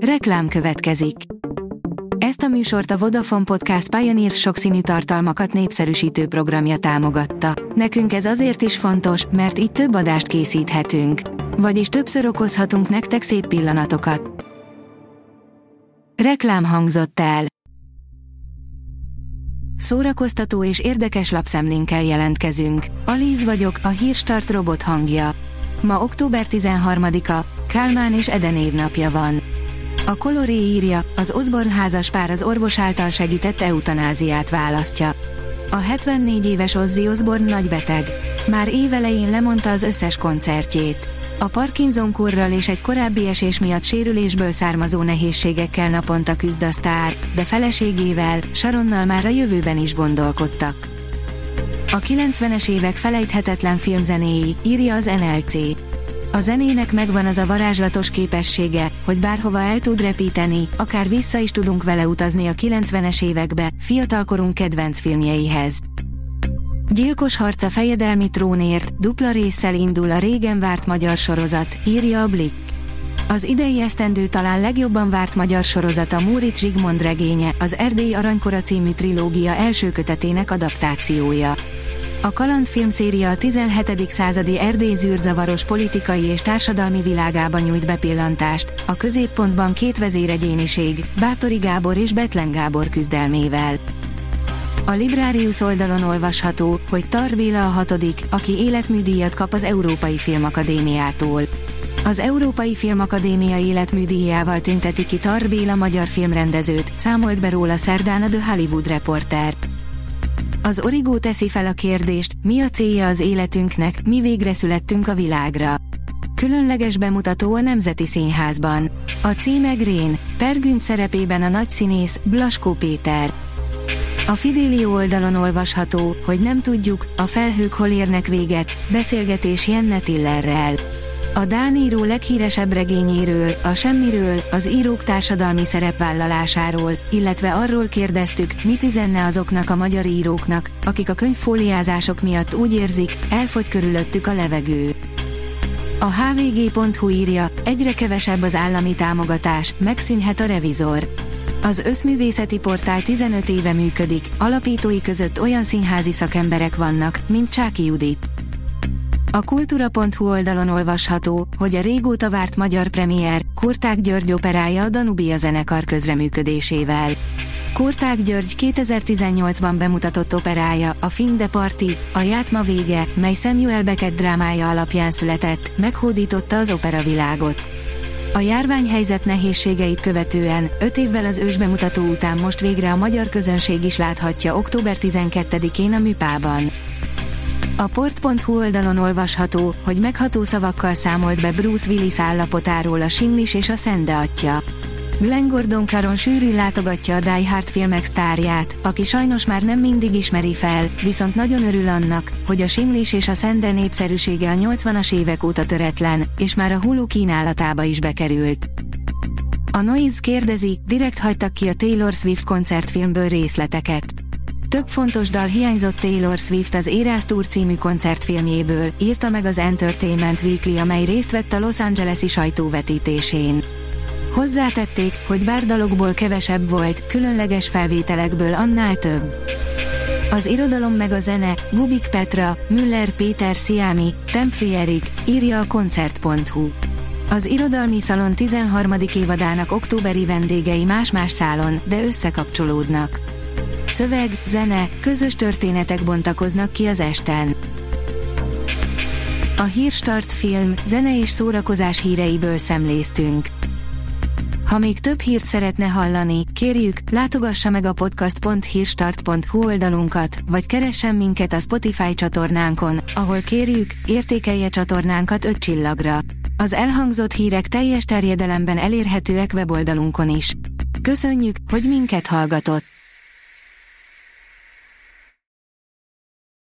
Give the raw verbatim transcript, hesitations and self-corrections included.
Reklám következik. Ezt a műsort a Vodafone Podcast Pioneer sokszínű tartalmakat népszerűsítő programja támogatta. Nekünk ez azért is fontos, mert így több adást készíthetünk. Vagyis többször okozhatunk nektek szép pillanatokat. Reklám hangzott el. Szórakoztató és érdekes lapszemlénkkel jelentkezünk. Alíz vagyok, a Hírstart robot hangja. Ma október tizenharmadika, Kálmán és Ede névnapja van. A Coloré írja, az Osborne házaspár az orvos által segített eutanáziát választja. A hetvennégy éves Ozzy Osbourne nagybeteg. Már évelején lemondta az összes koncertjét. A Parkinson-kórral és egy korábbi esés miatt sérülésből származó nehézségekkel naponta küzd a sztár, de feleségével, Sharonnal már a jövőben is gondolkodtak. A kilencvenes évek felejthetetlen filmzenéi, írja az en el cé. A zenének megvan az a varázslatos képessége, hogy bárhova el tud repíteni, akár vissza is tudunk vele utazni a kilencvenes évekbe, fiatalkorunk kedvenc filmjeihez. Gyilkos harc a fejedelmi trónért, dupla résszel indul a régen várt magyar sorozat, írja a Blick. Az idei esztendő talán legjobban várt magyar sorozat a Móricz Zsigmond regénye, az Erdély Aranykora című trilógia első kötetének adaptációja. A kalandfilmszéria a tizenhetedik századi Erdély zűrzavaros politikai és társadalmi világában nyújt bepillantást, a középpontban két vezéregyéniség, Báthori Gábor és Bethlen Gábor küzdelmével. A Librarius oldalon olvasható, hogy Tar Béla a hatodik, aki életműdíjat kap az Európai Filmakadémiától. Az Európai Filmakadémia életműdíjával tünteti ki Tar Béla magyar filmrendezőt, számolt be róla szerdán a The Hollywood Reporter. Az Origo teszi fel a kérdést, mi a célja az életünknek, mi végre születtünk a világra. Különleges bemutató a Nemzeti Színházban. A címe Grén, Per Günt szerepében a nagyszínész, Blaskó Péter. A Fidelio oldalon olvasható, hogy nem tudjuk, a felhők hol érnek véget, beszélgetés Jenne Tillerrel. A dán író leghíresebb regényéről, a semmiről, az írók társadalmi szerepvállalásáról, illetve arról kérdeztük, mit üzenne azoknak a magyar íróknak, akik a könyvfóliázások miatt úgy érzik, elfogy körülöttük a levegő. A há vé gé pont hú írja, egyre kevesebb az állami támogatás, megszűnhet a revizor. Az összművészeti portál tizenöt éve működik, alapítói között olyan színházi szakemberek vannak, mint Csáky Judit. A kultúra pont hú oldalon olvasható, hogy a régóta várt magyar premier, Kurták György operája a Danubia zenekar közreműködésével. Kurták György kétezer-tizennyolcban bemutatott operája, a Fin de Party, a Játma vége, mely Samuel Beckett drámája alapján született, meghódította az operavilágot. A járványhelyzet nehézségeit követően, öt évvel az ősbemutató után most végre a magyar közönség is láthatja október tizenkettedikén a Műpában. A port pont hú oldalon olvasható, hogy megható szavakkal számolt be Bruce Willis állapotáról a Simlis és a Szende atya. Glenn Gordon Caron sűrűn látogatja a Die Hard filmek sztárját, aki sajnos már nem mindig ismeri fel, viszont nagyon örül annak, hogy a Simlis és a Szende népszerűsége a nyolcvanas évek óta töretlen, és már a Hulu kínálatába is bekerült. A Noise kérdezi, direkt hagytak ki a Taylor Swift koncertfilmből részleteket. Több fontos dal hiányzott Taylor Swift az Eras Tour című koncertfilmjéből, írta meg az Entertainment Weekly, amely részt vett a Los Angeles-i sajtóvetítésén. Hozzátették, hogy bár dalokból kevesebb volt, különleges felvételekből annál több. Az irodalom meg a zene, Gubik Petra, Müller Péter Sziámi, Tempfri Erik, írja a koncert pont hú. Az irodalmi szalon tizenharmadik évadának októberi vendégei más-más szálon, de összekapcsolódnak. Szöveg, zene, közös történetek bontakoznak ki az esten. A Hírstart film, zene és szórakozás híreiből szemléztünk. Ha még több hírt szeretne hallani, kérjük, látogassa meg a podcast pont hírstart pont hú oldalunkat, vagy keressen minket a Spotify csatornánkon, ahol kérjük, értékelje csatornánkat öt csillagra. Az elhangzott hírek teljes terjedelemben elérhetőek weboldalunkon is. Köszönjük, hogy minket hallgatott!